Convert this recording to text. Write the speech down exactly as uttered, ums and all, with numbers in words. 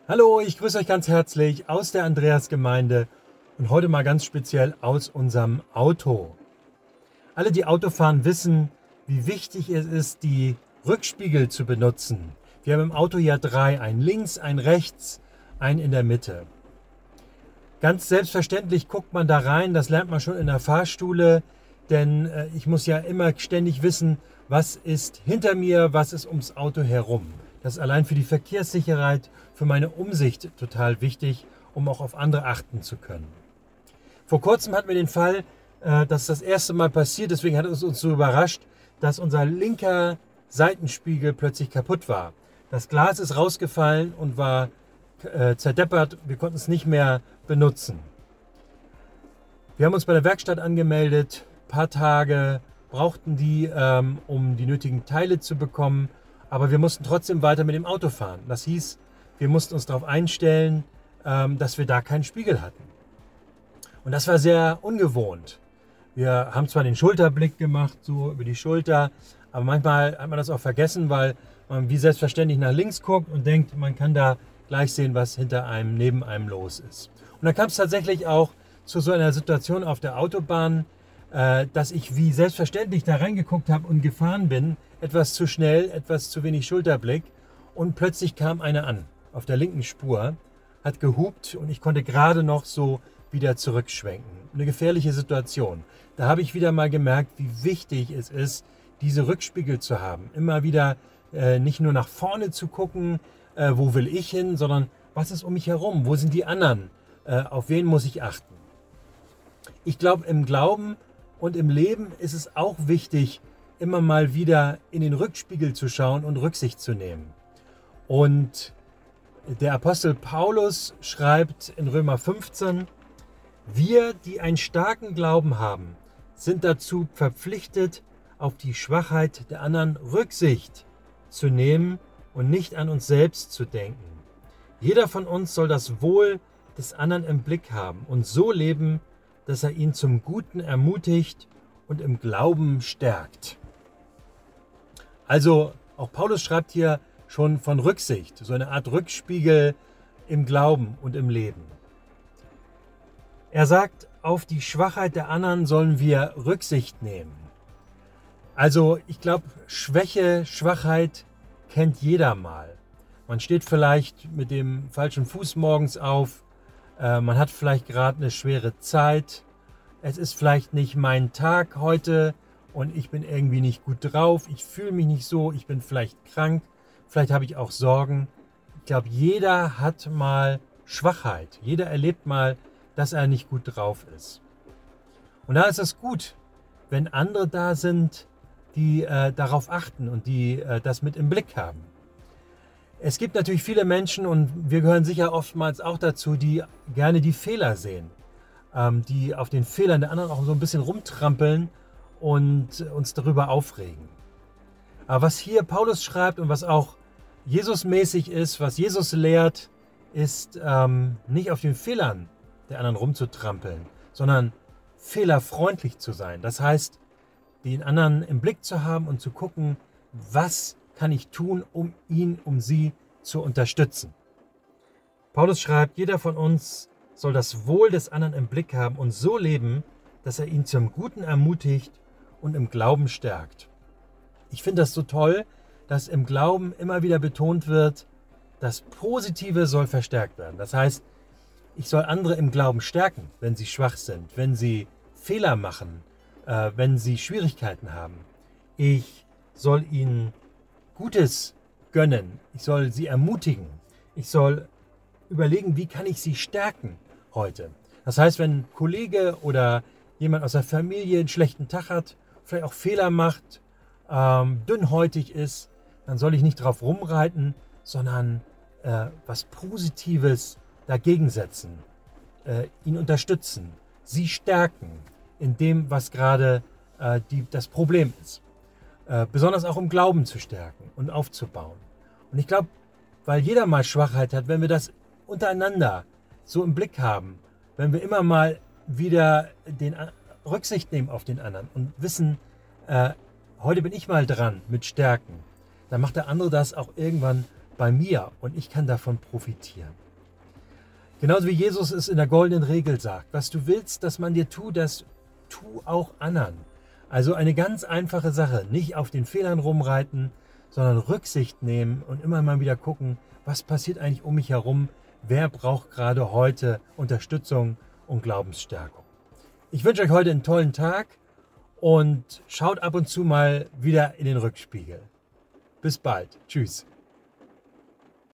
Hallo, ich grüße euch ganz herzlich aus der Andreasgemeinde und heute mal ganz speziell aus unserem Auto. Alle, die Auto fahren, wissen, wie wichtig es ist, die Rückspiegel zu benutzen. Wir haben im Auto ja drei, einen links, einen rechts, einen in der Mitte. Ganz selbstverständlich guckt man da rein, das lernt man schon in der Fahrschule, denn äh, ich muss ja immer ständig wissen, was ist hinter mir, was ist ums Auto herum. Das ist allein für die Verkehrssicherheit, für meine Umsicht total wichtig, um auch auf andere achten zu können. Vor kurzem hatten wir den Fall, äh, dass das erste Mal passiert, deswegen hat es uns so überrascht, dass unser linker Seitenspiegel plötzlich kaputt war. Das Glas ist rausgefallen und war äh, zerdeppert, wir konnten es nicht mehr benutzen. Wir haben uns bei der Werkstatt angemeldet, ein paar Tage brauchten die, ähm, um die nötigen Teile zu bekommen, aber wir mussten trotzdem weiter mit dem Auto fahren. Das hieß, wir mussten uns darauf einstellen, ähm, dass wir da keinen Spiegel hatten. Und das war sehr ungewohnt. Wir haben zwar den Schulterblick gemacht, so über die Schulter, aber manchmal hat man das auch vergessen, weil man wie selbstverständlich nach links guckt und denkt, man kann da gleich sehen, was hinter einem, neben einem los ist. Und dann kam es tatsächlich auch zu so einer Situation auf der Autobahn, äh, dass ich wie selbstverständlich da reingeguckt habe und gefahren bin, etwas zu schnell, etwas zu wenig Schulterblick und plötzlich kam einer an, auf der linken Spur, hat gehupt und ich konnte gerade noch so wieder zurückschwenken. Eine gefährliche Situation. Da habe ich wieder mal gemerkt, wie wichtig es ist, diese Rückspiegel zu haben. Immer wieder äh, nicht nur nach vorne zu gucken, äh, wo will ich hin, sondern was ist um mich herum, wo sind die anderen, äh, auf wen muss ich achten. Ich glaube, im Glauben und im Leben ist es auch wichtig, immer mal wieder in den Rückspiegel zu schauen und Rücksicht zu nehmen. Und der Apostel Paulus schreibt in Römer fünfzehn, wir, die einen starken Glauben haben, sind dazu verpflichtet, auf die Schwachheit der anderen Rücksicht zu nehmen und nicht an uns selbst zu denken. Jeder von uns soll das Wohl des anderen im Blick haben und so leben, dass er ihn zum Guten ermutigt und im Glauben stärkt. Also auch Paulus schreibt hier schon von Rücksicht, so eine Art Rückspiegel im Glauben und im Leben. Er sagt, auf die Schwachheit der anderen sollen wir Rücksicht nehmen. Also ich glaube, Schwäche, Schwachheit kennt jeder mal. Man steht vielleicht mit dem falschen Fuß morgens auf, äh, man hat vielleicht gerade eine schwere Zeit, es ist vielleicht nicht mein Tag heute und ich bin irgendwie nicht gut drauf, ich fühle mich nicht so, ich bin vielleicht krank, vielleicht habe ich auch Sorgen. Ich glaube, jeder hat mal Schwachheit, jeder erlebt mal, dass er nicht gut drauf ist. Und da ist es gut, wenn andere da sind, die äh, darauf achten und die äh, das mit im Blick haben. Es gibt natürlich viele Menschen und wir gehören sicher oftmals auch dazu, die gerne die Fehler sehen, ähm, die auf den Fehlern der anderen auch so ein bisschen rumtrampeln und uns darüber aufregen. Aber was hier Paulus schreibt und was auch Jesus-mäßig ist, was Jesus lehrt, ist ähm, nicht auf den Fehlern der anderen rumzutrampeln, sondern fehlerfreundlich zu sein. Das heißt, den anderen im Blick zu haben und zu gucken, was kann ich tun, um ihn, um sie zu unterstützen. Paulus schreibt, jeder von uns soll das Wohl des anderen im Blick haben und so leben, dass er ihn zum Guten ermutigt und im Glauben stärkt. Ich finde das so toll, dass im Glauben immer wieder betont wird, das Positive soll verstärkt werden. Das heißt, ich soll andere im Glauben stärken, wenn sie schwach sind, wenn sie Fehler machen, äh, wenn sie Schwierigkeiten haben. Ich soll ihnen Gutes gönnen. Ich soll sie ermutigen. Ich soll überlegen, wie kann ich sie stärken heute. Das heißt, wenn ein Kollege oder jemand aus der Familie einen schlechten Tag hat, vielleicht auch Fehler macht, ähm, dünnhäutig ist, dann soll ich nicht drauf rumreiten, sondern äh, was Positives dagegen setzen, äh, ihn unterstützen, sie stärken in dem, was gerade äh, die, das Problem ist. Äh, besonders auch im Glauben zu stärken und aufzubauen. Und ich glaube, weil jeder mal Schwachheit hat, wenn wir das untereinander so im Blick haben, wenn wir immer mal wieder den Rücksicht nehmen auf den anderen und wissen, äh, heute bin ich mal dran mit Stärken, dann macht der andere das auch irgendwann bei mir und ich kann davon profitieren. Genauso wie Jesus es in der goldenen Regel sagt, was du willst, dass man dir tut, das tu auch anderen. Also eine ganz einfache Sache, nicht auf den Fehlern rumreiten, sondern Rücksicht nehmen und immer mal wieder gucken, was passiert eigentlich um mich herum, wer braucht gerade heute Unterstützung und Glaubensstärkung. Ich wünsche euch heute einen tollen Tag und schaut ab und zu mal wieder in den Rückspiegel. Bis bald. Tschüss.